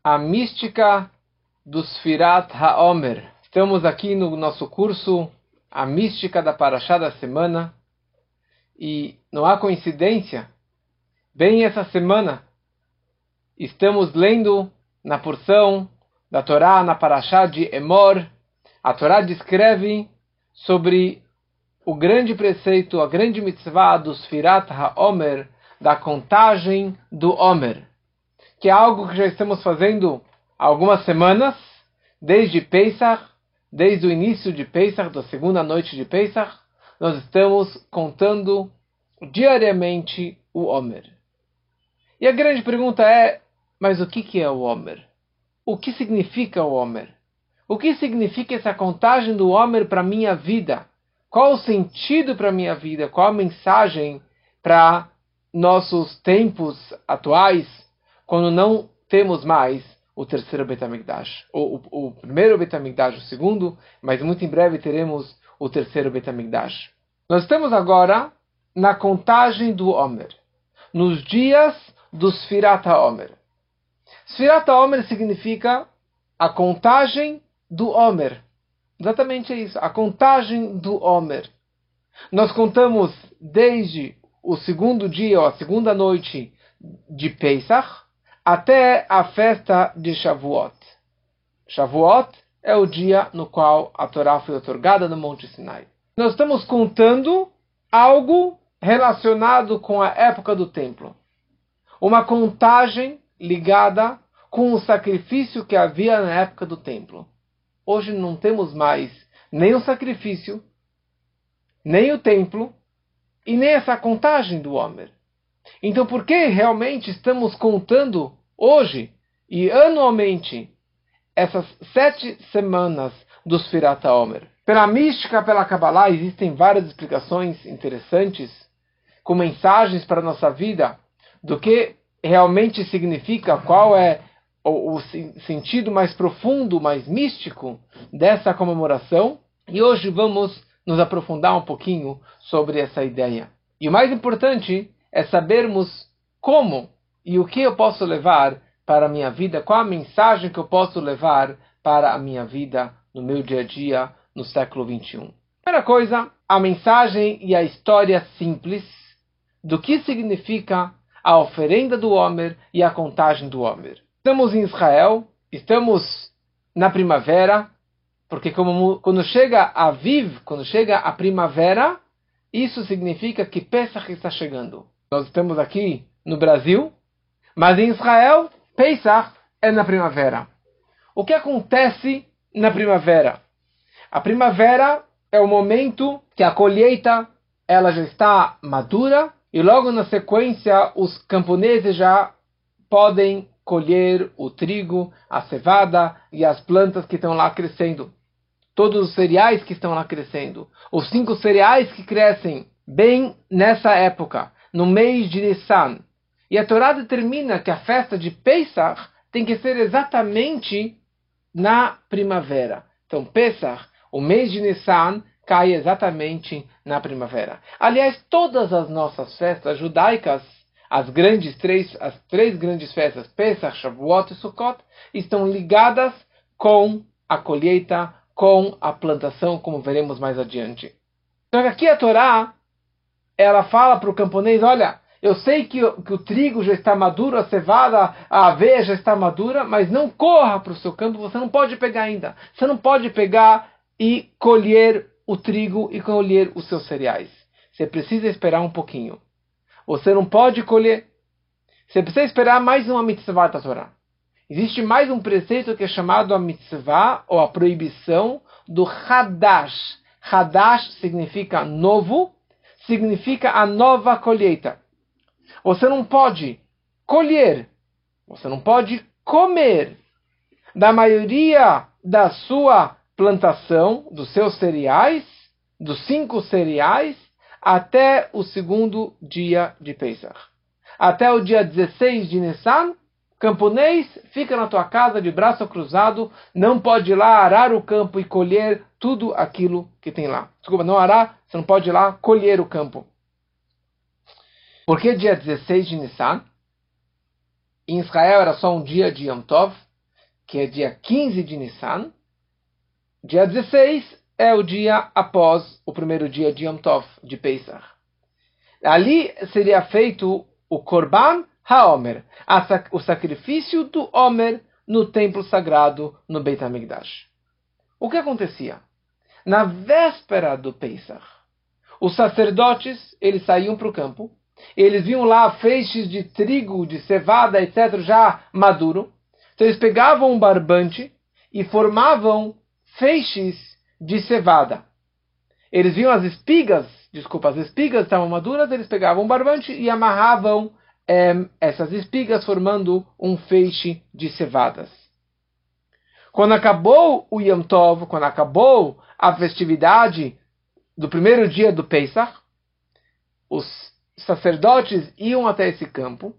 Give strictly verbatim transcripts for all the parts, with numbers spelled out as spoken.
A mística do Sfirat HaOmer. Estamos aqui no nosso curso A Mística da Parashá da Semana. E não há coincidência, bem essa semana, estamos lendo na porção da Torá, na Parashá de Emor. A Torá descreve sobre o grande preceito, a grande mitzvah do Sfirat HaOmer, da contagem do Omer, que é algo que já estamos fazendo há algumas semanas, desde Pesach, desde o início de Pesach, da segunda noite de Pesach, nós estamos contando diariamente o Omer. E a grande pergunta é, mas o que que é o Omer? O que significa o Omer? O que significa essa contagem do Omer para a minha vida? Qual o sentido para a minha vida? Qual a mensagem para nossos tempos atuais, quando não temos mais o terceiro Beit HaMikdash, ou o, o primeiro Beit HaMikdash, o segundo, mas muito em breve teremos o terceiro Beit HaMikdash. Nós estamos agora na contagem do Omer, nos dias do Sfirat HaOmer. Sfirat HaOmer significa a contagem do Omer. Exatamente isso, a contagem do Omer. Nós contamos desde o segundo dia, ou a segunda noite de Pesach, até a festa de Shavuot. Shavuot é o dia no qual a Torá foi otorgada no Monte Sinai. Nós estamos contando algo relacionado com a época do templo. Uma contagem ligada com o sacrifício que havia na época do templo. Hoje não temos mais nem o sacrifício, nem o templo, e nem essa contagem do Omer. Então, por que realmente estamos contando hoje e anualmente essas sete semanas do Sfirat HaOmer? Pela mística, pela Kabbalah, existem várias explicações interessantes, com mensagens para a nossa vida, do que realmente significa, qual é o, o sentido mais profundo, mais místico dessa comemoração. E hoje vamos nos aprofundar um pouquinho sobre essa ideia. E o mais importante é sabermos como e o que eu posso levar para a minha vida, qual a mensagem que eu posso levar para a minha vida no meu dia a dia no século vinte e um. Primeira coisa, a mensagem e a história simples do que significa a oferenda do Omer e a contagem do Omer. Estamos em Israel, estamos na primavera, porque como, quando chega a Aviv, quando chega a primavera, isso significa que Pesach está chegando. Nós estamos aqui no Brasil, mas em Israel, Pesach é na primavera. O que acontece na primavera? A primavera é o momento que a colheita ela já está madura e logo na sequência os camponeses já podem colher o trigo, a cevada e as plantas que estão lá crescendo. Todos os cereais que estão lá crescendo. Os cinco cereais que crescem bem nessa época, no mês de Nissan. E a Torá determina que a festa de Pesach tem que ser exatamente na primavera. Então, Pesach, o mês de Nissan, cai exatamente na primavera. Aliás, todas as nossas festas judaicas, as grandes três, as três grandes festas, Pesach, Shavuot e Sukkot, estão ligadas com a colheita, com a plantação, como veremos mais adiante. Então aqui a Torá, ela fala para o camponês, olha, eu sei que, que o trigo já está maduro, a cevada, a aveia já está madura, mas não corra para o seu campo, você não pode pegar ainda. Você não pode pegar e colher o trigo e colher os seus cereais. Você precisa esperar um pouquinho. Você não pode colher. Você precisa esperar mais uma mitzvah da Torá. Existe mais um preceito que é chamado a mitzvah, ou a proibição, do Hadash. Hadash significa novo, significa a nova colheita. Você não pode colher, você não pode comer da maioria da sua plantação, dos seus cereais, dos cinco cereais, até o segundo dia de Pesach. Até o dia dezesseis de Nissan, camponês, fica na tua casa de braço cruzado, não pode ir lá arar o campo e colher tudo aquilo que tem lá. Desculpa, não arar, você não pode ir lá colher o campo. Por que dia dezesseis de Nissan? Em Israel era só um dia de Yom Tov, que é dia quinze de Nissan. Dia dezesseis é o dia após o primeiro dia de Yom Tov, de Pesach. Ali seria feito o Korban HaOmer, o sacrifício do Omer no templo sagrado no Beit HaMikdash. O que acontecia? Na véspera do Pesach, os sacerdotes eles saíam para o campo, eles viam lá feixes de trigo, de cevada, etcétera, já maduro. Então eles pegavam um barbante e formavam feixes de cevada. Eles viam as espigas, desculpa, as espigas estavam maduras, eles pegavam um barbante e amarravam eh, essas espigas, formando um feixe de cevadas. Quando acabou o Yom Tov, quando acabou a festividade do primeiro dia do Pesach, os sacerdotes iam até esse campo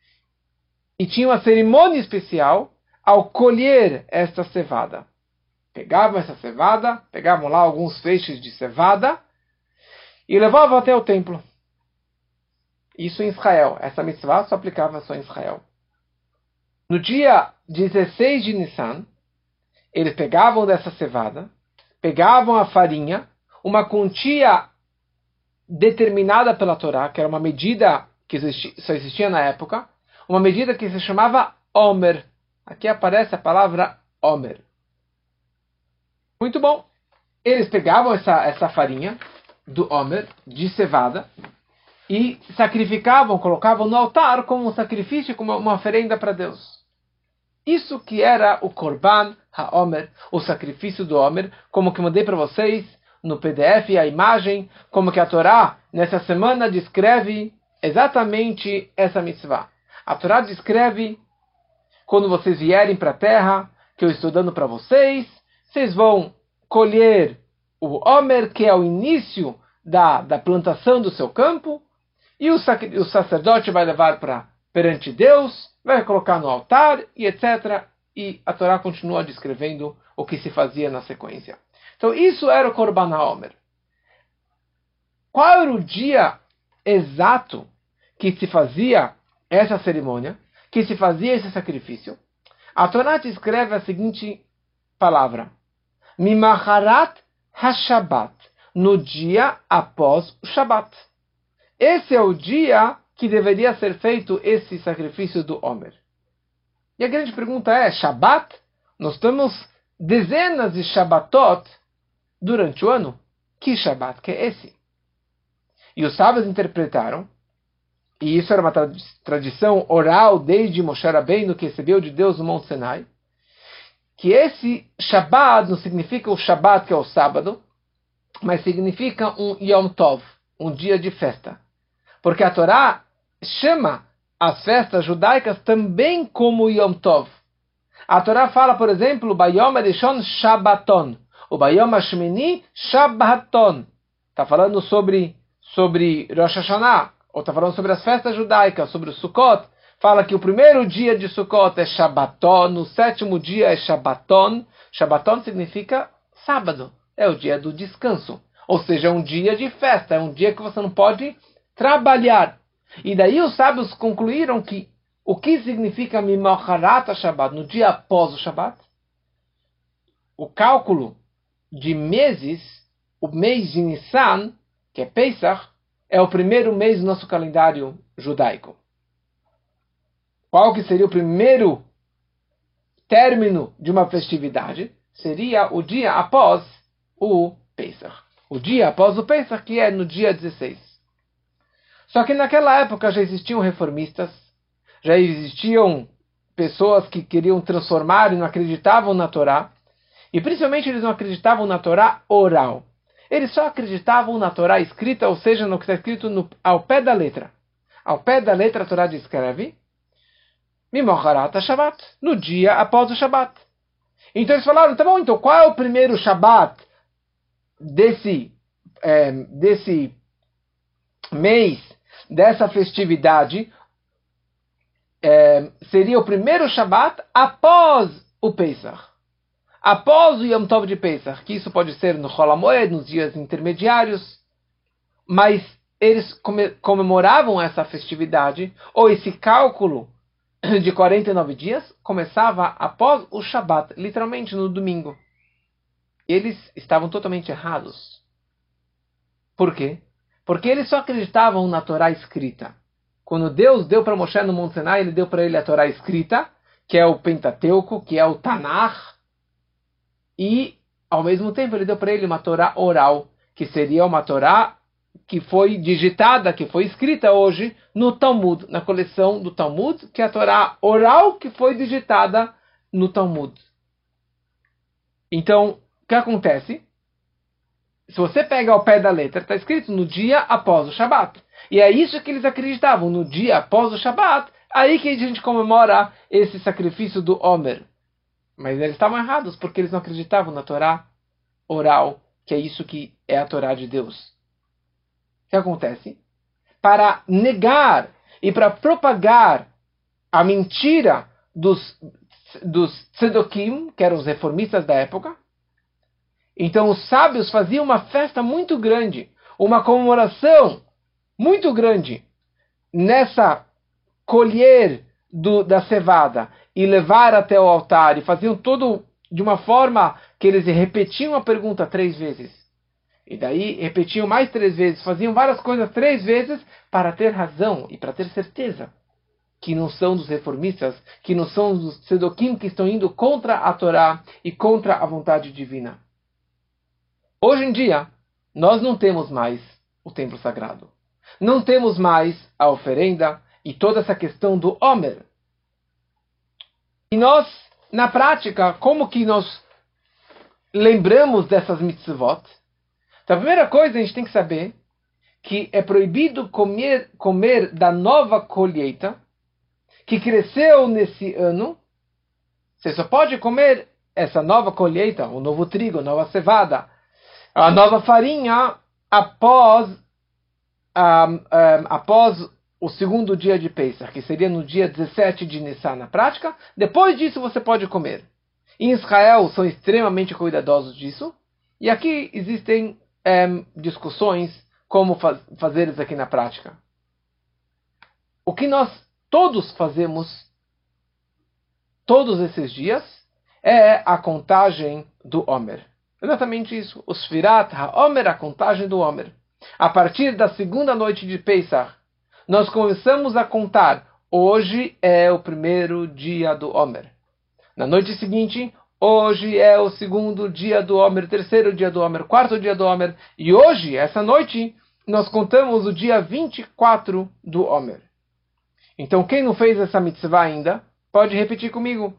e tinham uma cerimônia especial ao colher esta cevada. Pegavam essa cevada, pegavam lá alguns feixes de cevada e levavam até o templo. Isso em Israel. Essa mitzvah só aplicava só em Israel. No dia dezesseis de Nissan, eles pegavam dessa cevada, pegavam a farinha, uma quantia determinada pela Torá, que era uma medida que existia, só existia na época, uma medida que se chamava Omer. Aqui aparece a palavra Omer. Muito bom. Eles pegavam essa, essa farinha do Omer, de cevada, e sacrificavam, colocavam no altar como um sacrifício, como uma oferenda para Deus. Isso que era o Korban HaOmer, o sacrifício do Omer, como que mandei para vocês no P D F, a imagem, como que a Torá, nessa semana, descreve exatamente essa mitzvah. A Torá descreve, quando vocês vierem para a terra, que eu estou dando para vocês, vocês vão colher o Omer, que é o início da, da plantação do seu campo, e o, o sacerdote vai levar para perante Deus, vai colocar no altar, e etcétera. E a Torá continua descrevendo o que se fazia na sequência. Então isso era o Korban HaOmer. Qual era o dia exato que se fazia essa cerimônia, que se fazia esse sacrifício? A Torá descreve a seguinte palavra: Mimacharat HaShabbat, no dia após o Shabat. Esse é o dia que deveria ser feito esse sacrifício do Omer. E a grande pergunta é, Shabat? Nós temos dezenas de Shabbatot durante o ano. Que Shabat que é esse? E os sábios interpretaram, e isso era uma tradição oral desde Moshe Rabbeinu, que recebeu de Deus no Monte Sinai, que esse Shabbat não significa o Shabbat, que é o sábado, mas significa um Yom Tov, um dia de festa. Porque a Torá chama as festas judaicas também como Yom Tov. A Torá fala, por exemplo, Bayom Rishon Shabbaton, o Bayom Hashmini Shabbaton. Está falando sobre, sobre Rosh Hashanah, ou está falando sobre as festas judaicas, sobre o Sukkot. Fala que o primeiro dia de Sukkot é Shabbaton, o sétimo dia é Shabbaton. Shabbaton significa sábado, é o dia do descanso. Ou seja, é um dia de festa, é um dia que você não pode trabalhar. E daí os sábios concluíram que o que significa Mimacharat HaShabbat, no dia após o Shabbat? O cálculo de meses, o mês de Nissan, que é Pesach, é o primeiro mês do nosso calendário judaico. Qual que seria o primeiro término de uma festividade? Seria o dia após o Pesach. O dia após o Pesach, que é no dia dezesseis. Só que naquela época já existiam reformistas, já existiam pessoas que queriam transformar e não acreditavam na Torá. E principalmente eles não acreditavam na Torá oral. Eles só acreditavam na Torá escrita, ou seja, no que está escrito no, ao pé da letra. Ao pé da letra a Torá descreve Mimocharat HaShabbat, no dia após o Shabat. Então eles falaram, tá bom, então qual é o primeiro Shabat desse, é, desse mês, dessa festividade? É, seria o primeiro Shabat após o Pesach. Após o Yom Tov de Pesach, que isso pode ser no Chol HaMoed, nos dias intermediários, mas eles comemoravam essa festividade, ou esse cálculo de quarenta e nove dias começava após o Shabat, literalmente no domingo. Eles estavam totalmente errados. Por quê? Porque eles só acreditavam na Torá escrita. Quando Deus deu para Moshe no Monte Sinai, ele deu para ele a Torá escrita, que é o Pentateuco, que é o Tanakh, e ao mesmo tempo ele deu para ele uma Torá oral, que seria uma Torá que foi digitada, que foi escrita hoje no Talmud, na coleção do Talmud, que é a Torá oral que foi digitada no Talmud. Então, o que acontece? Se você pega ao pé da letra, está escrito no dia após o Shabat. E é isso que eles acreditavam, no dia após o Shabat, aí que a gente comemora esse sacrifício do Omer. Mas eles estavam errados, porque eles não acreditavam na Torá oral, que é isso que é a Torá de Deus. O que acontece? Para negar e para propagar a mentira dos, dos Tzedokim, que eram os reformistas da época, então os sábios faziam uma festa muito grande, uma comemoração muito grande nessa colher do, da cevada e levar até o altar, e faziam tudo de uma forma que eles repetiam a pergunta três vezes. E daí repetiam mais três vezes, faziam várias coisas três vezes para ter razão e para ter certeza que não são dos reformistas, que não são dos Tzedokim que estão indo contra a Torá e contra a vontade divina. Hoje em dia, nós não temos mais o templo sagrado. Não temos mais a oferenda e toda essa questão do Omer. E nós, na prática, como que nós lembramos dessas mitzvot? Então, a primeira coisa a gente tem que saber que é proibido comer, comer da nova colheita que cresceu nesse ano. Você só pode comer essa nova colheita, o novo trigo, a nova cevada, a nova farinha, após, um, um, após o segundo dia de Pesach, que seria no dia dezessete de Nissan na prática. Depois disso você pode comer. Em Israel são extremamente cuidadosos disso. E aqui existem um, discussões como faz, fazer isso aqui na prática. O que nós todos fazemos todos esses dias é a contagem do Omer. Exatamente isso. O Sfirat HaOmer, a contagem do Omer. A partir da segunda noite de Pesach, nós começamos a contar. Hoje é o primeiro dia do Omer. Na noite seguinte, hoje é o segundo dia do Omer, terceiro dia do Omer, quarto dia do Omer. E hoje, essa noite, nós contamos o dia vinte e quatro do Omer. Então, quem não fez essa mitzvah ainda, pode repetir comigo.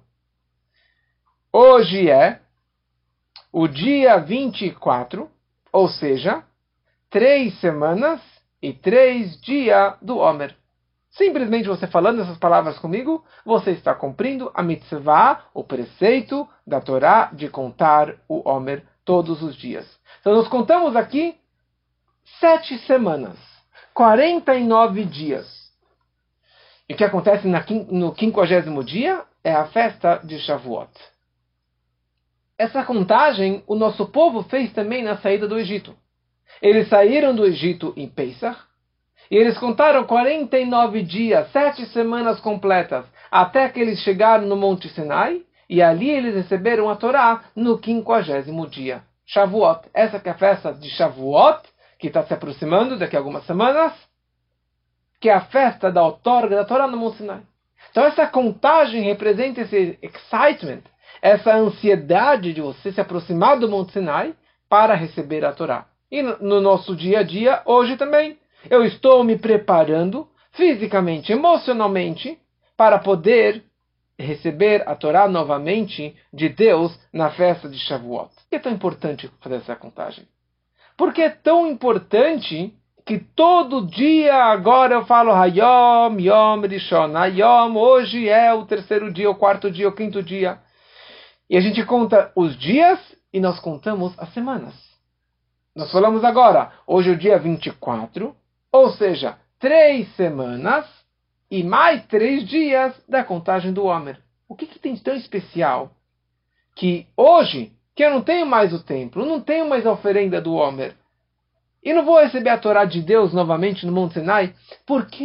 Hoje é o dia vinte e quatro, ou seja, três semanas e três dias do Omer. Simplesmente você falando essas palavras comigo, você está cumprindo a mitzvah, o preceito da Torá de contar o Omer todos os dias. Então nós contamos aqui sete semanas, quarenta e nove dias. E o que acontece no quinquagésimo dia é a festa de Shavuot. Essa contagem o nosso povo fez também na saída do Egito. Eles saíram do Egito em Pesach, e eles contaram quarenta e nove dias, sete semanas completas, até que eles chegaram no Monte Sinai, e ali eles receberam a Torá no quinquagésimo dia. Shavuot, essa que é a festa de Shavuot, que está se aproximando daqui a algumas semanas, que é a festa da outorga da Torá no Monte Sinai. Então essa contagem representa esse excitement, essa ansiedade de você se aproximar do Monte Sinai para receber a Torá. E no nosso dia a dia, hoje também, eu estou me preparando fisicamente, emocionalmente, para poder receber a Torá novamente de Deus na festa de Shavuot. Por que é tão importante fazer essa contagem? Porque é tão importante que todo dia agora eu falo Hayom, Yom Rishon, Hayom, hoje é o terceiro dia, o quarto dia, o quinto dia. E a gente conta os dias e nós contamos as semanas. Nós falamos agora, hoje é o dia vinte e quatro, ou seja, três semanas e mais três dias da contagem do Omer. O que, que tem de tão especial que hoje, que eu não tenho mais o templo, não tenho mais a oferenda do Omer, e não vou receber a Torá de Deus novamente no Monte Sinai, por que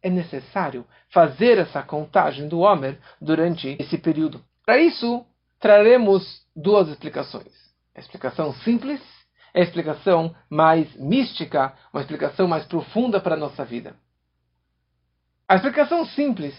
é necessário fazer essa contagem do Omer durante esse período. Para isso, traremos duas explicações. A explicação simples e a explicação mais mística, uma explicação mais profunda para a nossa vida. A explicação simples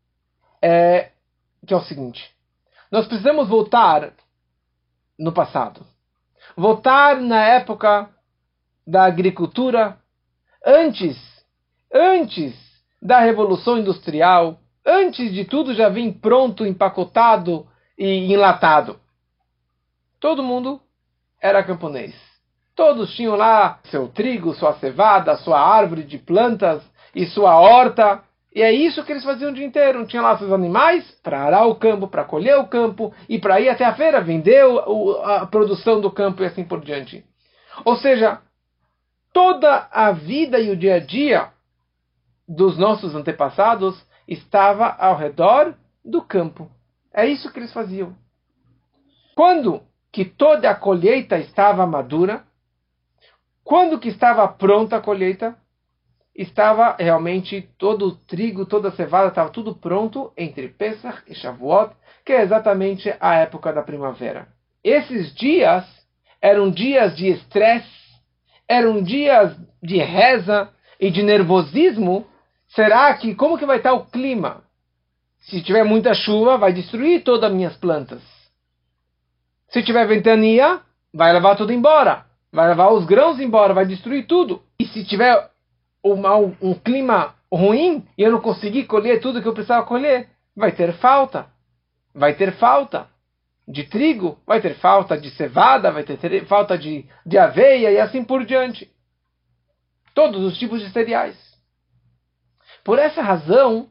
é que é o seguinte: nós precisamos voltar no passado. Voltar na época da agricultura, antes, antes da Revolução Industrial, antes de tudo já vir pronto, empacotado e enlatado. Todo mundo era camponês. Todos tinham lá seu trigo, sua cevada, sua árvore de plantas e sua horta. E é isso que eles faziam o dia inteiro. Tinham lá seus animais para arar o campo, para colher o campo e para ir até a feira, vender o, a produção do campo e assim por diante. Ou seja, toda a vida e o dia a dia dos nossos antepassados estava ao redor do campo. É isso que eles faziam. Quando que toda a colheita estava madura, quando que estava pronta a colheita, estava realmente todo o trigo, toda a cevada, estava tudo pronto entre Pesach e Shavuot, que é exatamente a época da primavera. Esses dias eram dias de estresse, eram dias de reza e de nervosismo. Será que, como que vai estar o clima? Se tiver muita chuva, vai destruir todas as minhas plantas. Se tiver ventania, vai levar tudo embora. Vai levar os grãos embora, vai destruir tudo. E se tiver um, um clima ruim e eu não conseguir colher tudo que eu precisava colher, vai ter falta. Vai ter falta de trigo, vai ter falta de cevada, vai ter, ter falta de, de aveia e assim por diante. Todos os tipos de cereais. Por essa razão,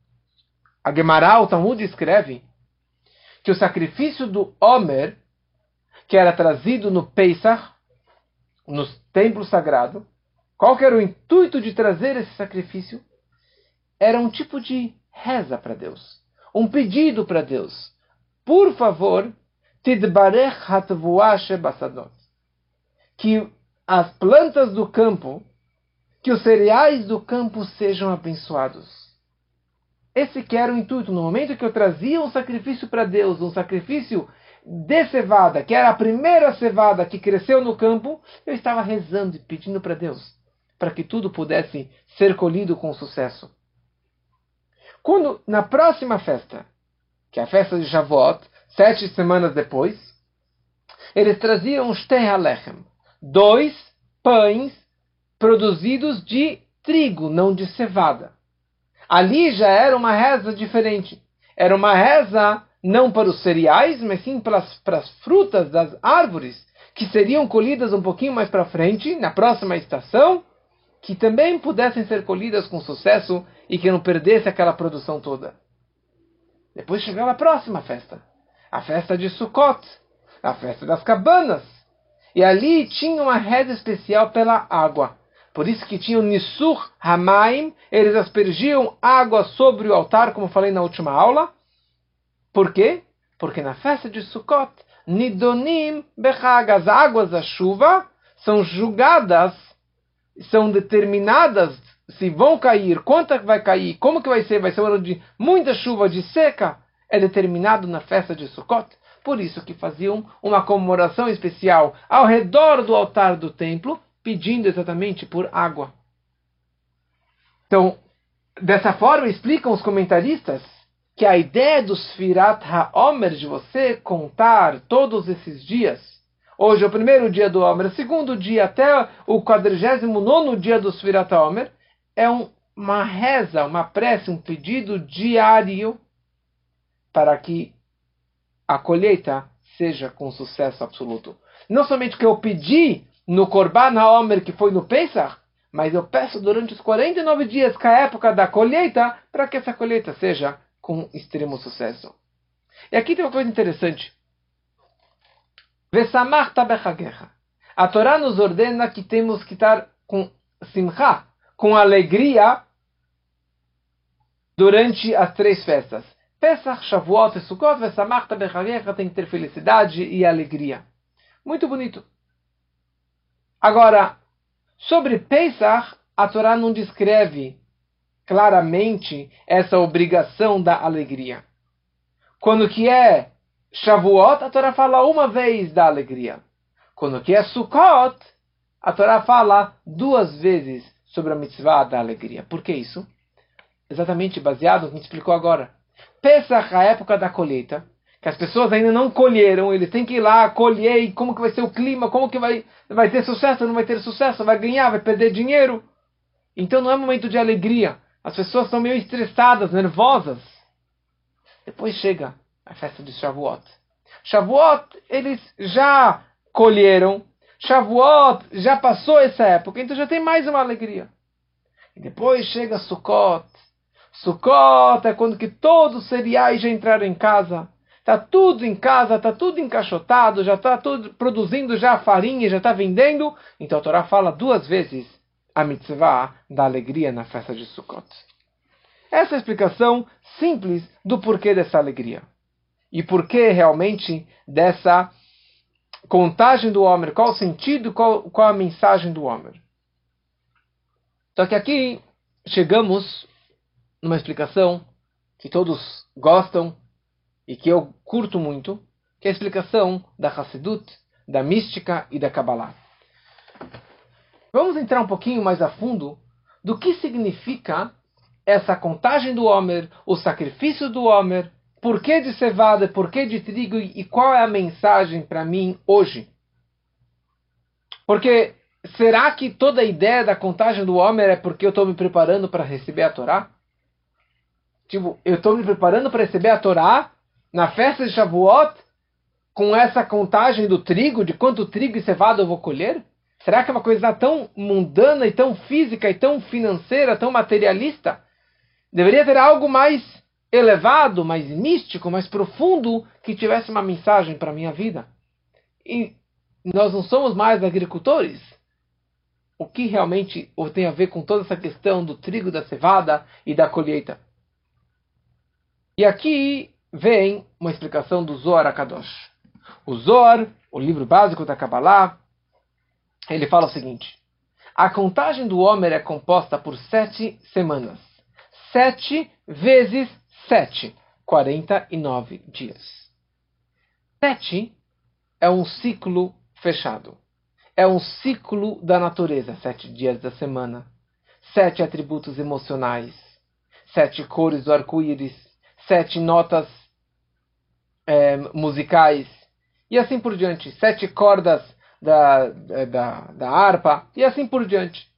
a Gemara, o Talmud, escreve que o sacrifício do Omer, que era trazido no Pesach, no templo sagrado, qual que era o intuito de trazer esse sacrifício? Era um tipo de reza para Deus, um pedido para Deus. Por favor, tidbarech hatvuah shebasadot, que as plantas do campo, que os cereais do campo sejam abençoados. Esse que era o intuito. No momento que eu trazia um sacrifício para Deus, um sacrifício de cevada, que era a primeira cevada que cresceu no campo, eu estava rezando e pedindo para Deus, para que tudo pudesse ser colhido com sucesso. Quando, na próxima festa, que é a festa de Shavuot, sete semanas depois, eles traziam shtei halechem, dois pães produzidos de trigo, não de cevada. Ali já era uma reza diferente. Era uma reza não para os cereais, mas sim para as, para as frutas das árvores, que seriam colhidas um pouquinho mais para frente, na próxima estação, que também pudessem ser colhidas com sucesso e que não perdesse aquela produção toda. Depois chegava a próxima festa, a festa de Sukkot, a festa das cabanas. E ali tinha uma reza especial pela água. Por isso que tinham Nisur Hamaim, eles aspergiam água sobre o altar, como falei na última aula. Por quê? Porque na festa de Sukkot, Nidonim Bechag, as águas da chuva são julgadas, são determinadas se vão cair, quanto vai cair, como que vai ser, vai ser um ano de muita chuva, de seca, é determinado na festa de Sukkot. Por isso que faziam uma comemoração especial ao redor do altar do templo, pedindo exatamente por água. Então, dessa forma, explicam os comentaristas que a ideia do Sfirat HaOmer, de você contar todos esses dias, hoje é o primeiro dia do Omer, o segundo dia até o quadragésimo nono dia do Sfirat HaOmer, é um, uma reza, uma prece, um pedido diário para que a colheita seja com sucesso absoluto. Não somente o que eu pedi no Korban HaOmer, que foi no Pesach, mas eu peço durante os quarenta e nove dias, que é a época da colheita, para que essa colheita seja com extremo sucesso. E aqui tem uma coisa interessante. Vesamachta bechagecha. A Torá nos ordena que temos que estar com simcha, com alegria, durante as três festas. Pesach, Shavuot e Sukkot, Vesamachta bechagecha, tem que ter felicidade e alegria. Muito bonito. Agora, sobre Pesach, a Torá não descreve claramente essa obrigação da alegria. Quando que é Shavuot, a Torá fala uma vez da alegria. Quando que é Sukkot, a Torá fala duas vezes sobre a mitzvah da alegria. Por que isso? Exatamente baseado no que a gente explicou agora. Pesach, a época da colheita, que as pessoas ainda não colheram, eles têm que ir lá colher, e como que vai ser o clima, como que vai, vai ter sucesso, não vai ter sucesso, vai ganhar, vai perder dinheiro. Então não é momento de alegria. As pessoas estão meio estressadas, nervosas. Depois chega a festa de Shavuot. Shavuot, eles já colheram. Shavuot já passou essa época, então já tem mais uma alegria. E depois chega Sukkot. Sukkot é quando que todos os cereais já entraram em casa. Está tudo em casa, está tudo encaixotado, já está tudo produzindo já farinha, já está vendendo. Então a Torá fala duas vezes a mitzvah da alegria na festa de Sukkot. Essa é a explicação simples do porquê dessa alegria. E porquê realmente dessa contagem do Homer. Qual o sentido, qual, qual a mensagem do Homer. Só que aqui chegamos numa explicação que todos gostam e que eu curto muito, que é a explicação da Hassidut, da mística e da Kabbalah. Vamos entrar um pouquinho mais a fundo do que significa essa contagem do Homer, o sacrifício do Homer, por que de cevada, por que de trigo e qual é a mensagem para mim hoje. Porque será que toda a ideia da contagem do Homer é porque eu estou me preparando para receber a Torá? Tipo, eu estou me preparando para receber a Torá na festa de Shavuot com essa contagem do trigo, de quanto trigo e cevada eu vou colher? Será que é uma coisa tão mundana e tão física e tão financeira, tão materialista? Deveria ter algo mais elevado, mais místico, mais profundo, que tivesse uma mensagem para a minha vida. E nós não somos mais agricultores. O que realmente tem a ver com toda essa questão do trigo, da cevada e da colheita? E aqui vem uma explicação do Zohar HaKadosh. O Zohar, o livro básico da Kabbalah, ele fala o seguinte: a contagem do Homer é composta por sete semanas. Sete vezes sete. quarenta e nove dias. Sete é um ciclo fechado. É um ciclo da natureza. Sete dias da semana. Sete atributos emocionais. Sete cores do arco-íris. Sete notas é, musicais. E assim por diante. Sete cordas da, da, da harpa. E assim por diante.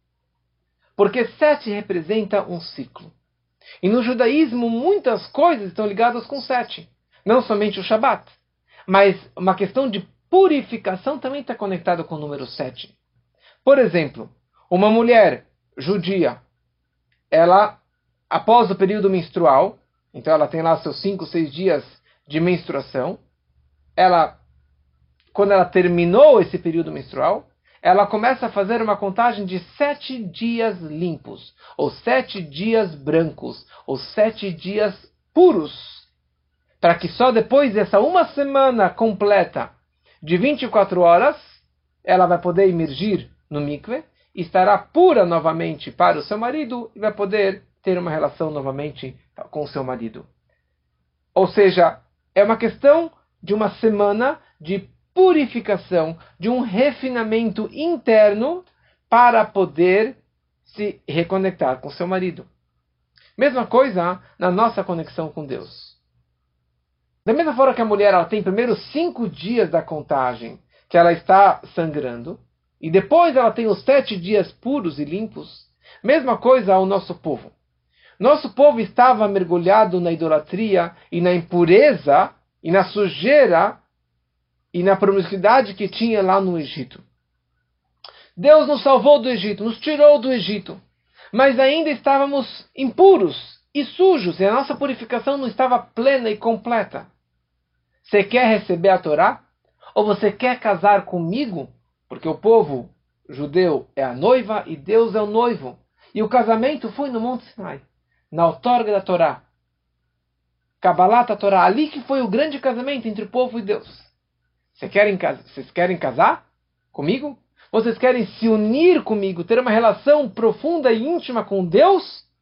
Porque sete representa um ciclo. E no judaísmo, muitas coisas estão ligadas com sete. Não somente o Shabat. Mas uma questão de purificação também está conectada com o número sete. Por exemplo, uma mulher judia, ela, após o período menstrual, então ela tem lá seus cinco, seis dias de menstruação, ela, quando ela terminou esse período menstrual, ela começa a fazer uma contagem de sete dias limpos, ou sete dias brancos, ou sete dias puros, para que só depois dessa uma semana completa de vinte e quatro horas, ela vai poder emergir no mikve, e estará pura novamente para o seu marido, e vai poder ter uma relação novamente com o seu marido. Ou seja, é uma questão de uma semana de purificação, de um refinamento interno para poder se reconectar com seu marido. Mesma coisa na nossa conexão com Deus. Da mesma forma que a mulher ela tem primeiro cinco dias da contagem que ela está sangrando, e depois ela tem os sete dias puros e limpos, mesma coisa ao nosso povo. Nosso povo estava mergulhado na idolatria e na impureza e na sujeira e na promiscuidade que tinha lá no Egito. Deus nos salvou do Egito, nos tirou do Egito, mas ainda estávamos impuros e sujos, e a nossa purificação não estava plena e completa. Você quer receber a Torá? Ou você quer casar comigo? Porque o povo judeu é a noiva e Deus é o noivo. E o casamento foi no Monte Sinai, na outorga da Torá. Kabbalah da Torá, ali que foi o grande casamento entre o povo e Deus. Vocês querem, vocês querem casar comigo? Vocês querem se unir comigo, ter uma relação profunda e íntima com Deus?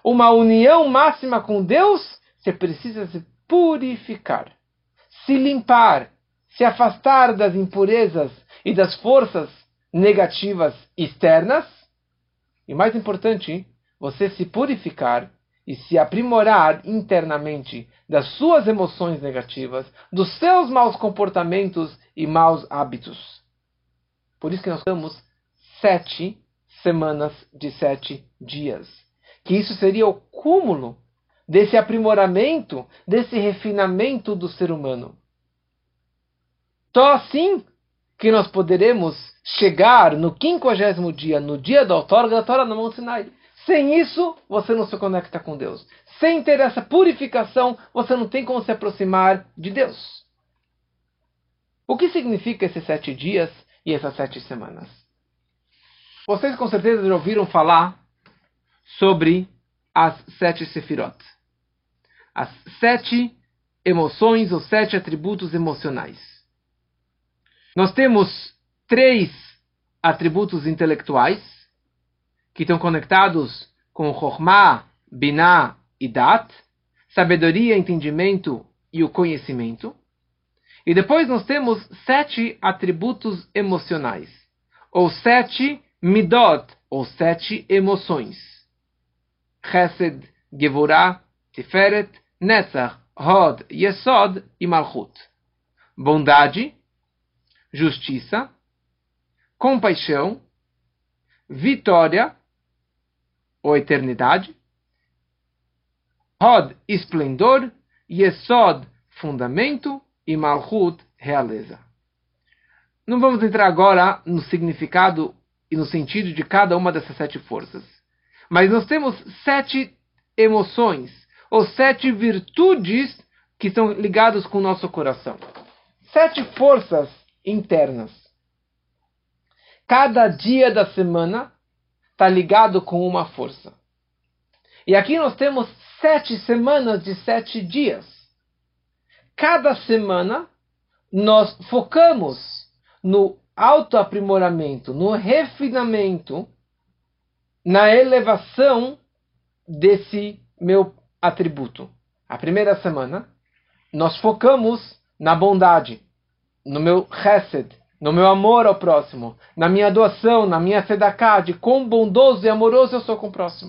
uma união máxima com Deus, você precisa se purificar, se limpar, se afastar das impurezas e das forças negativas externas. E mais importante, você se purificar e se aprimorar internamente das suas emoções negativas, dos seus maus comportamentos e maus hábitos. Por isso que nós temos sete semanas de sete dias. Que isso seria o cúmulo desse aprimoramento, desse refinamento do ser humano. Só assim que nós poderemos chegar no quinquagésimo dia, no dia da outorga da Torá no Monte Sinai. Sem isso, você não se conecta com Deus. Sem ter essa purificação, você não tem como se aproximar de Deus. O que significa esses sete dias e essas sete semanas? Vocês com certeza já ouviram falar sobre as sete sefirot. As sete emoções, os sete atributos emocionais. Nós temos três atributos intelectuais que estão conectados com Chokhmah, Binah e Dat, sabedoria, entendimento e o conhecimento. E depois nós temos sete atributos emocionais, ou sete midot, ou sete emoções. Chesed, Gevurah, Tiferet, Netzach, Hod, Yesod e Malchut. Bondade, justiça, compaixão, vitória, ou eternidade, Hod, esplendor, Yesod, fundamento, e Malchut, realeza. Não vamos entrar agora no significado e no sentido de cada uma dessas sete forças. Mas nós temos sete emoções, ou sete virtudes que estão ligadas com o nosso coração. Sete forças internas. Cada dia da semana está ligado com uma força. E aqui nós temos sete semanas de sete dias. Cada semana nós focamos no autoaprimoramento, no refinamento, na elevação desse meu atributo. A primeira semana nós focamos na bondade, no meu chesed, no meu amor ao próximo, na minha doação, na minha tzedakah, de quão bondoso e amoroso eu sou com o próximo.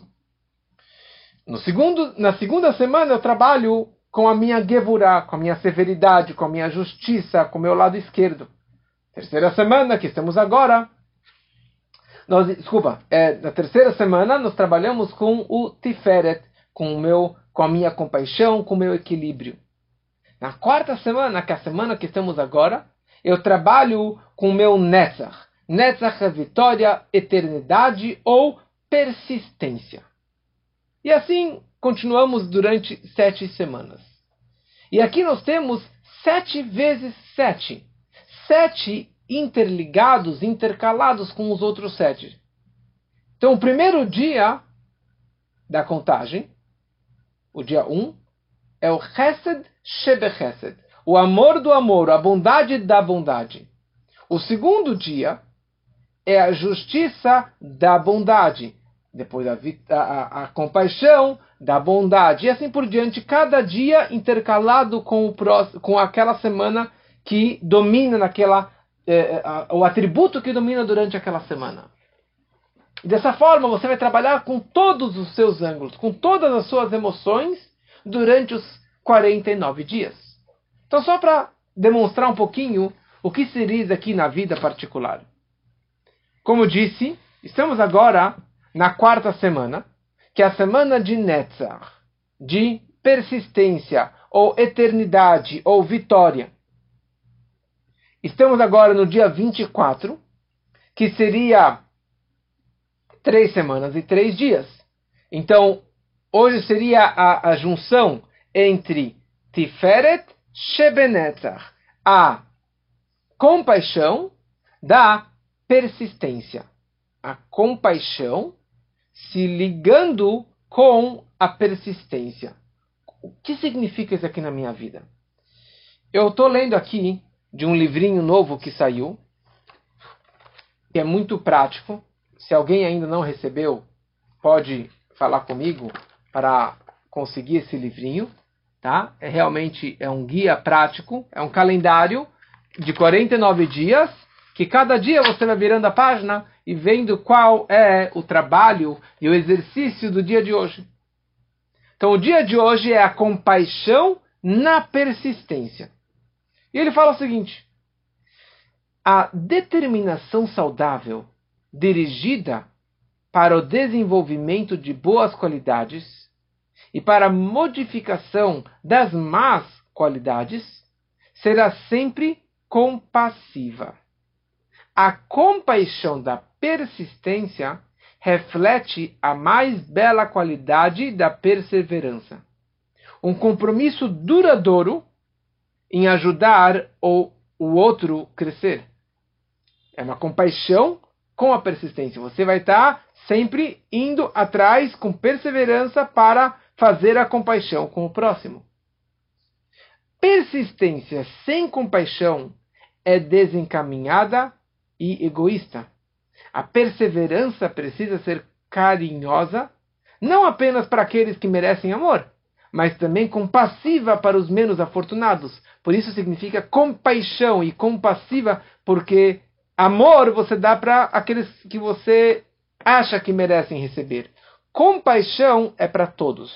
No segundo, na segunda semana eu trabalho com a minha gevurah, com a minha severidade, com a minha justiça, com o meu lado esquerdo. Terceira semana, que estamos agora, nós, desculpa, é, na terceira semana nós trabalhamos com o Tiferet, com, o meu, com a minha compaixão, com o meu equilíbrio. Na quarta semana, que é a semana que estamos agora, eu trabalho com o meu Netzach. Netzach é vitória, eternidade ou persistência. E assim continuamos durante sete semanas. E aqui nós temos sete vezes sete. Sete interligados, intercalados com os outros sete. Então, o primeiro dia da contagem, o dia um, é o Chesed Shebechesed, o amor do amor, a bondade da bondade. O segundo dia é a justiça da bondade. Depois a, a, a compaixão da bondade. E assim por diante, cada dia intercalado com, o próximo, com aquela semana que domina naquela, eh, a, o atributo que domina durante aquela semana. E dessa forma você vai trabalhar com todos os seus ângulos, com todas as suas emoções durante os quarenta e nove dias. Então só para demonstrar um pouquinho o que seria isso aqui na vida particular. Como disse, estamos agora na quarta semana, que é a semana de Netzach, de persistência, ou eternidade, ou vitória. Estamos agora no dia vinte e quatro, que seria três semanas e três dias. Então, hoje seria a, a junção entre Tiferet Shebenetzach, a compaixão da persistência. A compaixão se ligando com a persistência. O que significa isso aqui na minha vida? Eu estou lendo aqui de um livrinho novo que saiu, que é muito prático. Se alguém ainda não recebeu, pode falar comigo para conseguir esse livrinho, tá? É realmente é um guia prático, é um calendário de quarenta e nove dias, que cada dia você vai virando a página e vendo qual é o trabalho e o exercício do dia de hoje. Então, o dia de hoje é a compaixão na persistência. E ele fala o seguinte: a determinação saudável dirigida para o desenvolvimento de boas qualidades e para a modificação das más qualidades será sempre compassiva. A compaixão da persistência reflete a mais bela qualidade da perseverança. Um compromisso duradouro em ajudar o, o outro crescer. É uma compaixão com a persistência. Você vai estar sempre indo atrás com perseverança para fazer a compaixão com o próximo. Persistência sem compaixão é desencaminhada e egoísta. A perseverança precisa ser carinhosa, não apenas para aqueles que merecem amor, mas também compassiva para os menos afortunados. Por isso significa compaixão e compassiva, porque amor você dá para aqueles que você acha que merecem receber. Compaixão é para todos.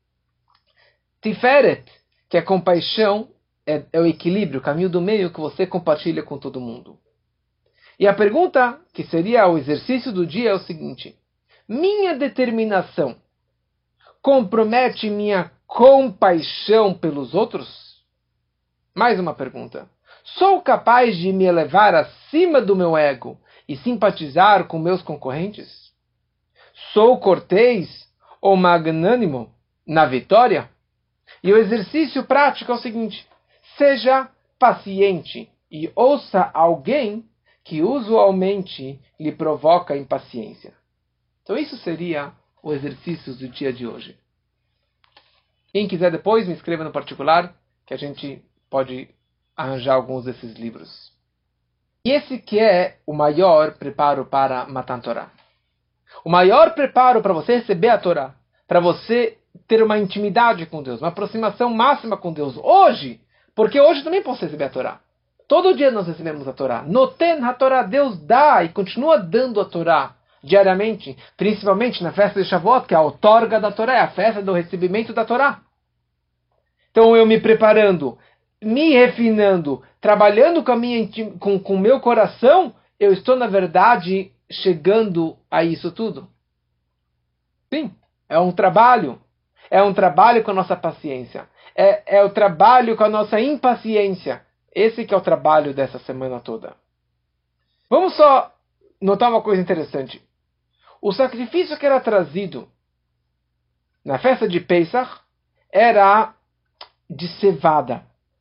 Tiferet, que é compaixão, é, é o equilíbrio, o caminho do meio que você compartilha com todo mundo. E a pergunta, que seria o exercício do dia, é o seguinte: minha determinação compromete minha compaixão pelos outros? Mais uma pergunta. Sou capaz de me elevar acima do meu ego e simpatizar com meus concorrentes? Sou cortês ou magnânimo na vitória? E o exercício prático é o seguinte: seja paciente e ouça alguém que usualmente lhe provoca impaciência. Então isso seria o exercício do dia de hoje. Quem quiser depois, me escreva no particular, que a gente pode arranjar alguns desses livros. E esse que é o maior preparo para Matan Torah. O maior preparo para você receber a Torá, para você ter uma intimidade com Deus, uma aproximação máxima com Deus. Hoje, porque hoje também posso receber a Torá. Todo dia nós recebemos a Torá. Noten a Torá, Deus dá e continua dando a Torá diariamente, principalmente na festa de Shavuot, que é a outorga da Torá, é a festa do recebimento da Torá. Então eu me preparando, me refinando, trabalhando com a minha com com o meu coração, eu estou na verdade chegando a isso tudo. Sim, é um trabalho. É um trabalho com a nossa paciência. É, é o trabalho com a nossa impaciência. Esse que é o trabalho dessa semana toda. Vamos só notar uma coisa interessante. O sacrifício que era trazido na festa de Pesach era de cevada.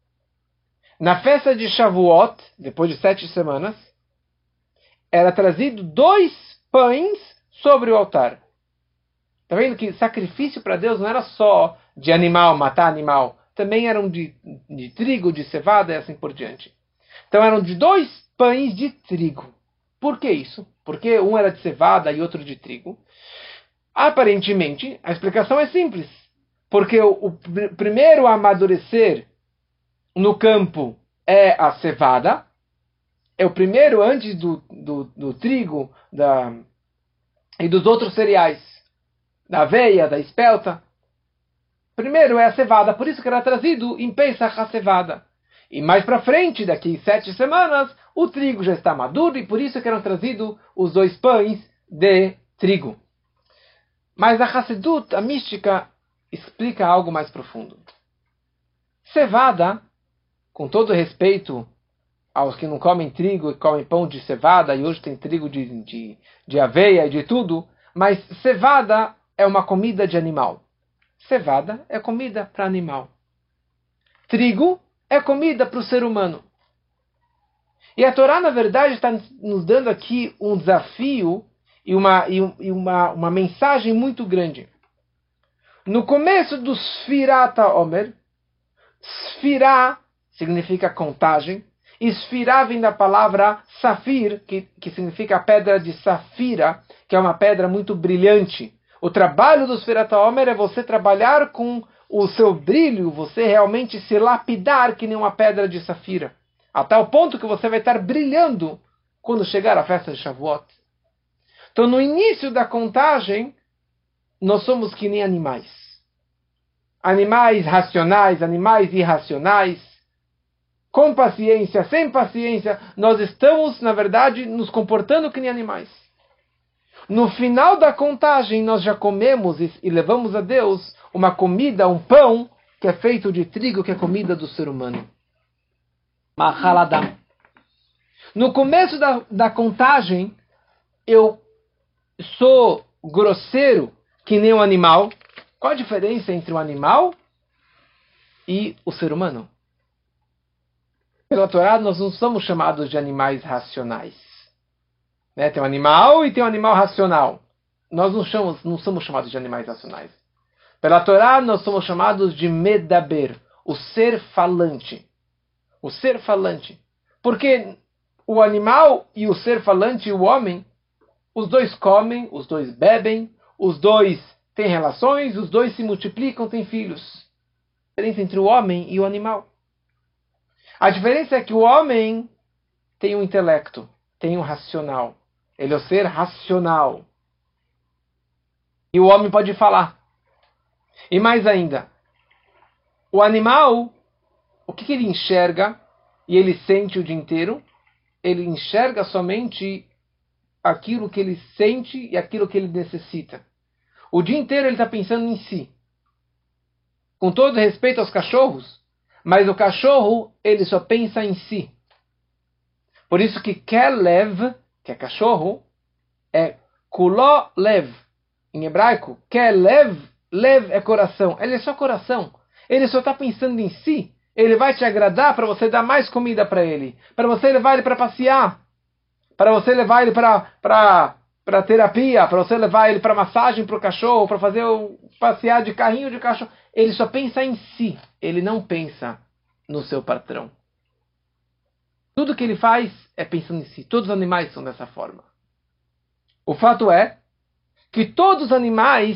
Na festa de Shavuot, depois de sete semanas, era trazido dois pães sobre o altar. Está vendo que sacrifício para Deus não era só de animal, matar animal. Também eram de, de trigo, de cevada e assim por diante. Então eram de dois pães de trigo. Por que isso? Porque um era de cevada e outro de trigo. Aparentemente, a explicação é simples. Porque o, o pr- primeiro a amadurecer no campo é a cevada. É o primeiro antes do, do, do trigo da, e dos outros cereais. Da aveia, da espelta. Primeiro é a cevada, por isso que era trazido em Pesach a cevada. E mais para frente, daqui sete semanas, o trigo já está maduro e por isso que eram trazidos os dois pães de trigo. Mas a Hassedut, a mística, explica algo mais profundo. Cevada, com todo respeito aos que não comem trigo e comem pão de cevada, e hoje tem trigo de, de, de aveia e de tudo, mas cevada é uma comida de animal. Cevada é comida para animal. Trigo é comida para o ser humano. E a Torá, na verdade, está nos dando aqui um desafio e uma, e uma, uma mensagem muito grande. No começo do Sfirat HaOmer, Sfirá significa contagem, e Sfirá vem da palavra safir, que, que significa pedra de safira, que é uma pedra muito brilhante. O trabalho do Sfirat HaOmer é você trabalhar com o seu brilho, você realmente se lapidar que nem uma pedra de safira. Até o ponto que você vai estar brilhando quando chegar a festa de Shavuot. Então, no início da contagem, nós somos que nem animais. Animais racionais, animais irracionais. Com paciência, sem paciência. Nós estamos, na verdade, nos comportando que nem animais. No final da contagem, nós já comemos e, e levamos a Deus uma comida, um pão, que é feito de trigo, que é comida do ser humano. Mahaladam. No começo da, da contagem, eu sou grosseiro que nem um animal. Qual a diferença entre o animal e o ser humano? Pela Torá, nós não somos chamados de animais racionais. Né? Tem um animal e tem um animal racional. Nós não, chamamos, não somos chamados de animais racionais. Pela Torá, nós somos chamados de medaber, o ser falante. O ser falante. Porque o animal e o ser falante, o homem, os dois comem, os dois bebem, os dois têm relações, os dois se multiplicam, têm filhos. A diferença entre o homem e o animal. A diferença é que o homem tem um intelecto, tem um racional. Ele é o ser racional. E o homem pode falar. E mais ainda, o animal, o que, que ele enxerga e ele sente o dia inteiro? Ele enxerga somente aquilo que ele sente e aquilo que ele necessita. O dia inteiro ele está pensando em si. Com todo respeito aos cachorros, mas o cachorro, ele só pensa em si. Por isso que Kelev, que é cachorro, é Kulo Lev. Em hebraico, Kelev, Lev é coração. Ele é só coração. Ele só está pensando em si. Ele vai te agradar para você dar mais comida para ele. Para você levar ele para passear. Para você levar ele para terapia. Para você levar ele para massagem para o cachorro. Para fazer o passear de carrinho de cachorro. Ele só pensa em si. Ele não pensa no seu patrão. Tudo que ele faz é pensando em si. Todos os animais são dessa forma. O fato é que todos os animais,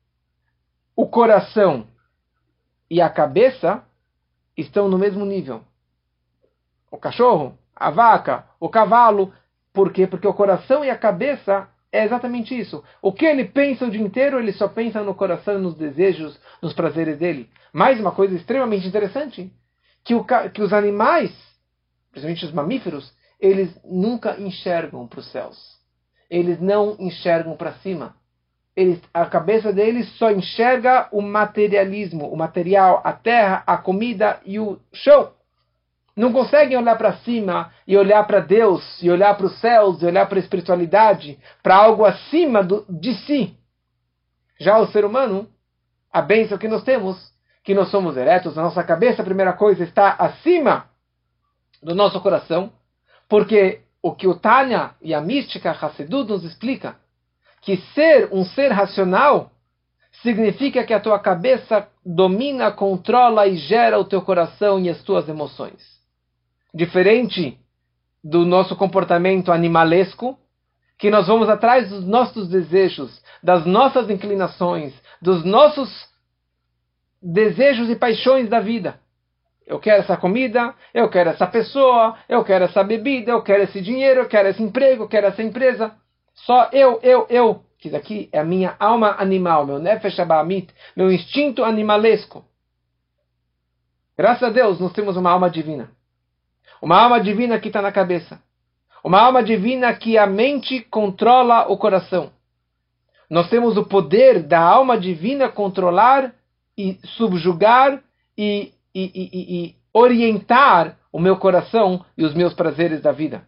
o coração e a cabeça estão no mesmo nível. O cachorro, a vaca, o cavalo. Por quê? Porque o coração e a cabeça é exatamente isso. O que ele pensa o dia inteiro, ele só pensa no coração, nos desejos, nos prazeres dele. Mais uma coisa extremamente interessante, que, o, que os animais, principalmente os mamíferos, eles nunca enxergam para os céus. Eles não enxergam para cima. Eles, a cabeça deles só enxerga o materialismo, o material, a terra, a comida e o chão. Não conseguem olhar para cima e olhar para Deus, e olhar para os céus, e olhar para a espiritualidade, para algo acima do, de si. Já o ser humano, a bênção que nós temos, que nós somos eretos, a nossa cabeça, a primeira coisa, está acima do nosso coração, porque o que o Tânia e a mística Hassedut nos explica, que ser um ser racional significa que a tua cabeça domina, controla e gera o teu coração e as tuas emoções. Diferente do nosso comportamento animalesco, que nós vamos atrás dos nossos desejos, das nossas inclinações, dos nossos desejos e paixões da vida. Eu quero essa comida, eu quero essa pessoa, eu quero essa bebida, eu quero esse dinheiro, eu quero esse emprego, eu quero essa empresa. Só eu, eu, eu. Que isso aqui é a minha alma animal, meu nefesh abamit, meu instinto animalesco. Graças a Deus, nós temos uma alma divina. Uma alma divina que está na cabeça. Uma alma divina que a mente controla o coração. Nós temos o poder da alma divina controlar e subjugar e, e, e, e, e orientar o meu coração e os meus prazeres da vida.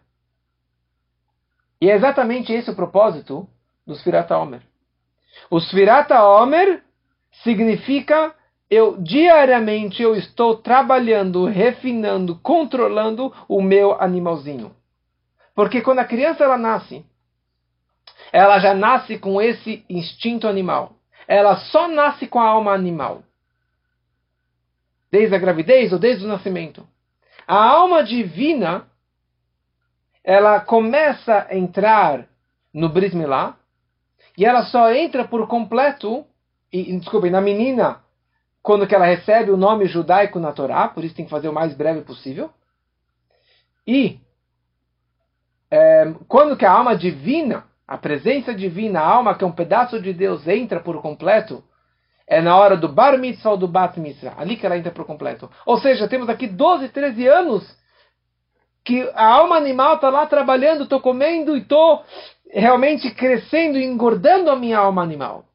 E é exatamente esse o propósito do Sfirat HaOmer. O Sfirat HaOmer significa eu diariamente eu estou trabalhando, refinando, controlando o meu animalzinho. Porque quando a criança ela nasce, ela já nasce com esse instinto animal. Ela só nasce com a alma animal. Desde a gravidez ou desde o nascimento. A alma divina, ela começa a entrar no Brit Milá, e ela só entra por completo, e, desculpe, na menina, quando que ela recebe o nome judaico na Torá, por isso tem que fazer o mais breve possível. E é, quando que a alma divina, a presença divina, a alma que é um pedaço de Deus, entra por completo, é na hora do Bar Mitzvah ou do Bat Mitzvah, ali que ela entra por completo. Ou seja, temos aqui doze, treze anos que a alma animal está lá trabalhando, estou comendo e estou realmente crescendo e engordando a minha alma animal.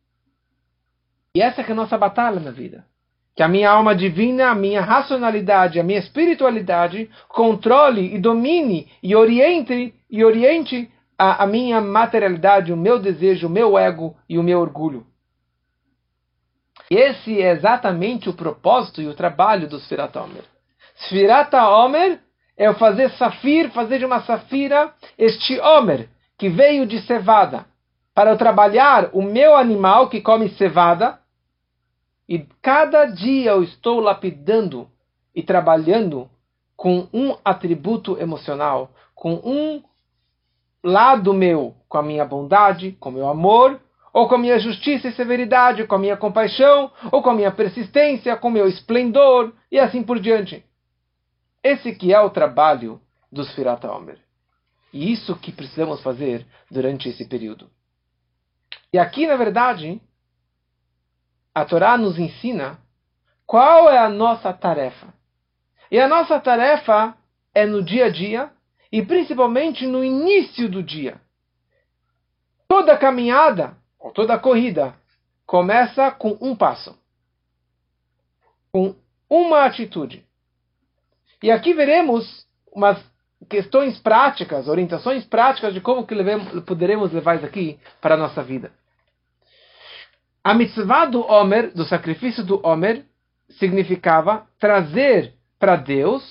E essa que é a nossa batalha na vida. Que a minha alma divina, a minha racionalidade, a minha espiritualidade controle e domine e oriente, e oriente a, a minha materialidade, o meu desejo, o meu ego e o meu orgulho. E esse é exatamente o propósito e o trabalho do Sfirat HaOmer. Sfirat HaOmer é eu fazer safir, fazer de uma safira este Omer, que veio de cevada, para eu trabalhar o meu animal que come cevada, e cada dia eu estou lapidando e trabalhando com um atributo emocional, com um lado meu, com a minha bondade, com o meu amor, ou com a minha justiça e severidade, com a minha compaixão, ou com a minha persistência, com o meu esplendor, e assim por diante. Esse que é o trabalho do Sfirat HaOmer. E isso que precisamos fazer durante esse período. E aqui, na verdade, a Torá nos ensina qual é a nossa tarefa. E a nossa tarefa é no dia a dia, e principalmente no início do dia. Toda caminhada, ou toda corrida, começa com um passo. Com uma atitude. E aqui veremos umas questões práticas, orientações práticas de como que levemos, poderemos levar isso aqui para a nossa vida. A mitzvah do Omer, do sacrifício do Omer, significava trazer para Deus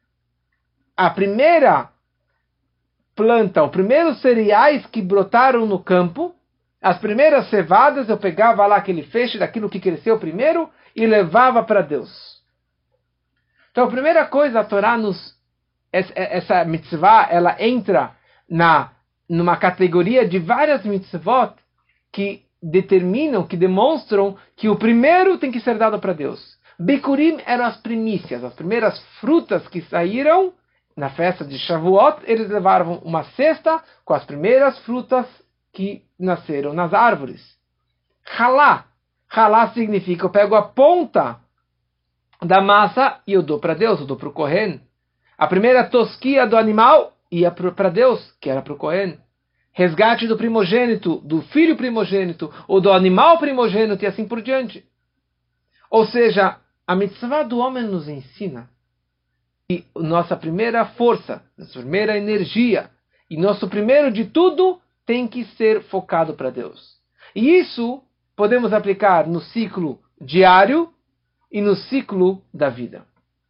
a primeira planta, os primeiros cereais que brotaram no campo, as primeiras cevadas, eu pegava lá aquele feixe daquilo que cresceu primeiro e levava para Deus. Então, a primeira coisa, a Torá nos... Essa mitzvah, ela entra na, numa categoria de várias mitzvot que determinam, que demonstram que o primeiro tem que ser dado para Deus. Bikurim eram as primícias, as primeiras frutas que saíram na festa de Shavuot, eles levaram uma cesta com as primeiras frutas que nasceram nas árvores. Halá. Halá significa, eu pego a ponta da massa e eu dou para Deus, eu dou para o Kohen. A primeira tosquia do animal ia para Deus, que era para o Kohen. Resgate do primogênito, do filho primogênito, ou do animal primogênito, e assim por diante. Ou seja, a mitzvah do homem nos ensina que nossa primeira força, nossa primeira energia, e nosso primeiro de tudo, tem que ser focado para Deus. E isso podemos aplicar no ciclo diário e no ciclo da vida.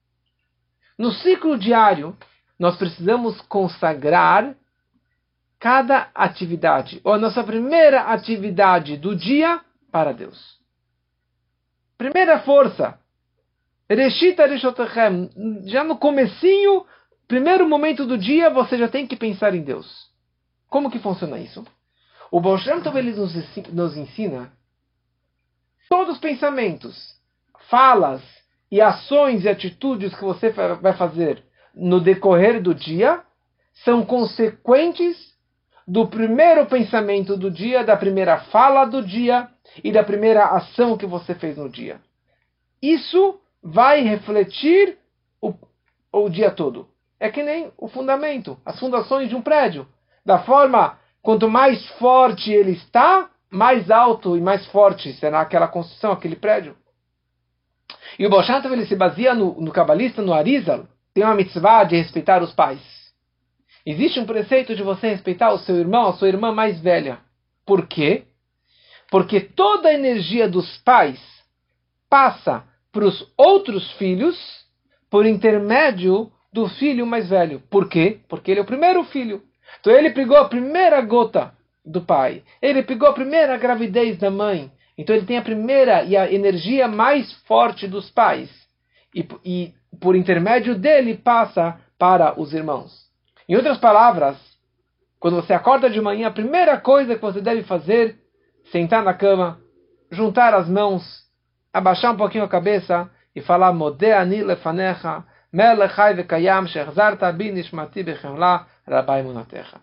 No ciclo diário, nós precisamos consagrar cada atividade, ou a nossa primeira atividade do dia, para Deus. Primeira força, Reshit Arishotechem, já no comecinho, primeiro momento do dia, você já tem que pensar em Deus. Como que funciona isso? O Baal Shem Tov, ele nos, nos ensina todos os pensamentos, falas e ações e atitudes que você vai fazer no decorrer do dia são consequentes do primeiro pensamento do dia, da primeira fala do dia e da primeira ação que você fez no dia. Isso vai refletir o, o dia todo. É que nem o fundamento, as fundações de um prédio. Da forma, quanto mais forte ele está, mais alto e mais forte será aquela construção, aquele prédio. E o Baal Shem Tov, ele se baseia no, no cabalista, no Arizal, tem uma mitzvah de respeitar os pais. Existe um preceito de você respeitar o seu irmão, a sua irmã mais velha. Por quê? Porque toda a energia dos pais passa para os outros filhos por intermédio do filho mais velho. Por quê? Porque ele é o primeiro filho. Então ele pegou a primeira gota do pai. Ele pegou a primeira gravidez da mãe. Então ele tem a primeira e a energia mais forte dos pais. E, e por intermédio dele passa para os irmãos. Em outras palavras, Quando você acorda de manhã, a primeira coisa que você deve fazer, sentar na cama, juntar as mãos, abaixar um pouquinho a cabeça e falar Modeani lefanecha, melech chai vekayam, shechzarta bi nishmati bechemla, rabai munatecha.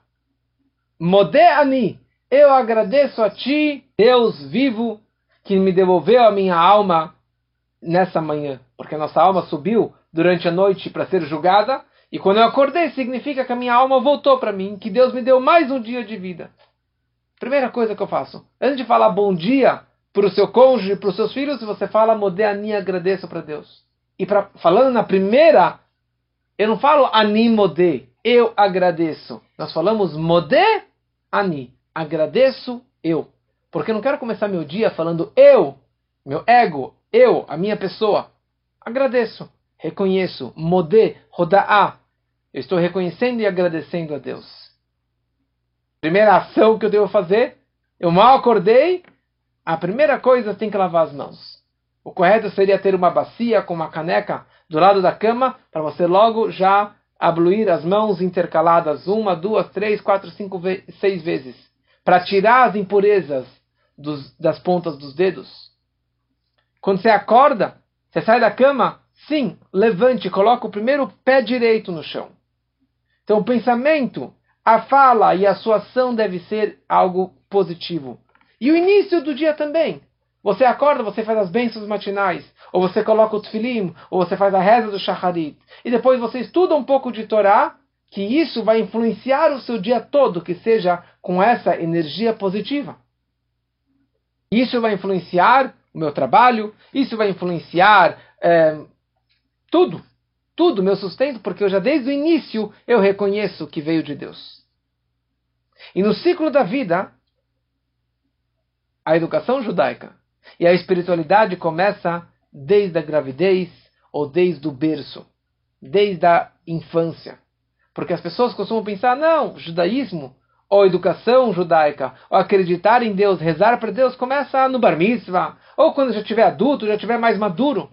Modeani, eu agradeço a ti, Deus vivo, que me devolveu a minha alma nessa manhã, porque a nossa alma subiu durante a noite para ser julgada, e quando eu acordei significa que a minha alma voltou para mim, que Deus me deu mais um dia de vida. Primeira coisa que eu faço, antes de falar bom dia para o seu cônjuge, para os seus filhos, você fala Modeani, agradeço para Deus. E pra, falando na primeira, eu não falo Ani Modé, eu agradeço. Nós falamos Modeani, agradeço eu. Porque eu não quero começar meu dia falando eu, meu ego, eu, a minha pessoa. Agradeço, reconheço, Modé, Rodaá. Eu estou reconhecendo e agradecendo a Deus. Primeira ação que eu devo fazer, eu mal acordei, a primeira coisa tem que lavar as mãos. O correto seria ter uma bacia com uma caneca do lado da cama, para você logo já abluir as mãos intercaladas, uma, duas, três, quatro, cinco, seis vezes, para tirar as impurezas dos, das pontas dos dedos. Quando você acorda, você sai da cama, sim, levante, coloca o primeiro pé direito no chão. Então o pensamento, a fala e a sua ação deve ser algo positivo. E o início do dia também. Você acorda, você faz as bênçãos matinais, ou você coloca o tefilim, ou você faz a reza do shacharit. E depois você estuda um pouco de Torá, que isso vai influenciar o seu dia todo, que seja com essa energia positiva. Isso vai influenciar o meu trabalho, isso vai influenciar é, tudo, tudo, meu sustento, porque eu já desde o início eu reconheço que veio de Deus. E no ciclo da vida, a educação judaica e a espiritualidade começa desde a gravidez ou desde o berço, desde a infância. Porque as pessoas costumam pensar, não, judaísmo, ou educação judaica, ou acreditar em Deus, rezar para Deus, começa no bar mitzvah, ou quando já estiver adulto, já estiver mais maduro.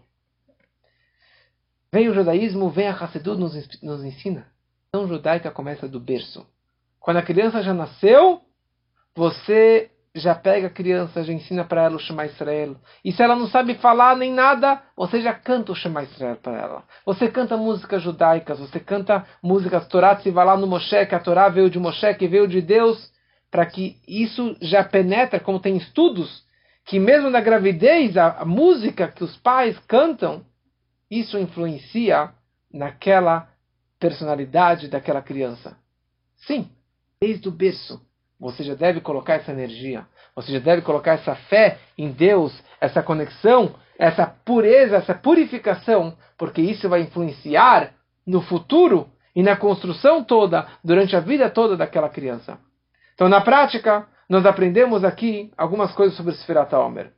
Vem o judaísmo, vem a Hassidut, nos, nos ensina. A educação judaica começa do berço. Quando a criança já nasceu, você já pega a criança, já ensina para ela o Shema Israel. E se ela não sabe falar nem nada, você já canta o Shema Israel para ela. Você canta músicas judaicas, você canta músicas Torá, se vai lá no Moshe, que a Torá veio de Moshe, que veio de Deus, para que isso já penetra, como tem estudos, que mesmo na gravidez, a, a música que os pais cantam, isso influencia naquela personalidade daquela criança. Sim, desde o berço. Você já deve colocar essa energia. Você já deve colocar essa fé em Deus, essa conexão, essa pureza, essa purificação, porque isso vai influenciar no futuro e na construção toda, durante a vida toda daquela criança. Então, na prática, nós aprendemos aqui algumas coisas sobre Sfirat HaOmer.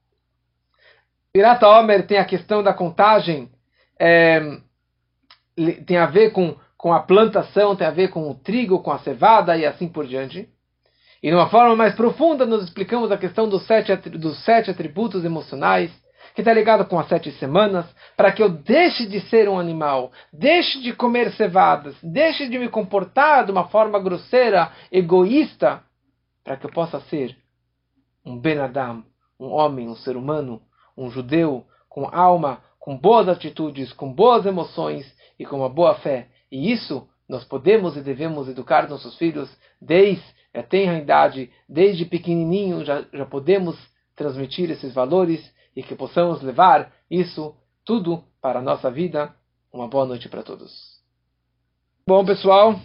Sfirat HaOmer tem a questão da contagem, é, tem a ver com, com a plantação, tem a ver com o trigo, com a cevada e assim por diante. E de uma forma mais profunda, nós explicamos a questão dos sete, dos sete atributos emocionais, que está ligado com as sete semanas, para que eu deixe de ser um animal, deixe de comer cevadas, deixe de me comportar de uma forma grosseira, egoísta, para que eu possa ser um Ben Adam, um homem, um ser humano, um judeu, com alma, com boas atitudes, com boas emoções e com uma boa fé. E isso nós podemos e devemos educar nossos filhos desde a tenra idade, desde pequenininho, já, já podemos transmitir esses valores e que possamos levar isso tudo para a nossa vida. Uma boa noite para todos. Bom, pessoal.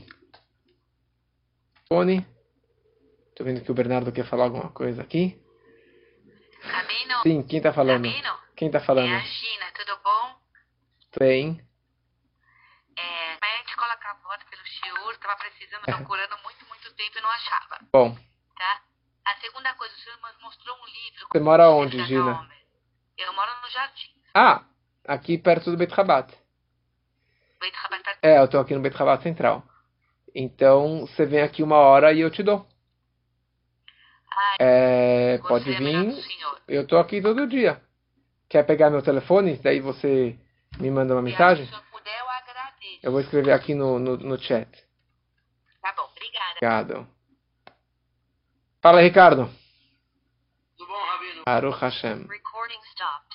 Tony. Estou vendo que o Bernardo quer falar alguma coisa aqui. Rabino. Sim, quem está falando? Rabino. Quem está falando? É a Gina, tudo bom? Tudo bem. É, a gente coloca a foto pelo Shiur, estava precisando, procurando muito, muito tempo e não achava. Bom. Tá? A segunda coisa, o senhor mostrou um livro. Você mora onde, Gina? Eu moro no Jardim. Ah, aqui perto do Beit Rabat. Beit Rabat tá... É, eu estou aqui no Beit Rabat Central. Então, você vem aqui uma hora e eu te dou. Ai, é, pode melhor vir. do senhor. Eu estou aqui todo dia. Quer pegar meu telefone? Daí você me manda uma mensagem? Se o senhor puder, eu agradeço. Eu vou escrever aqui no, no, no chat. Tá bom, obrigada. Obrigado. Fala, Ricardo. Tudo bom, Rabino? Baruch Hashem. Recording stop.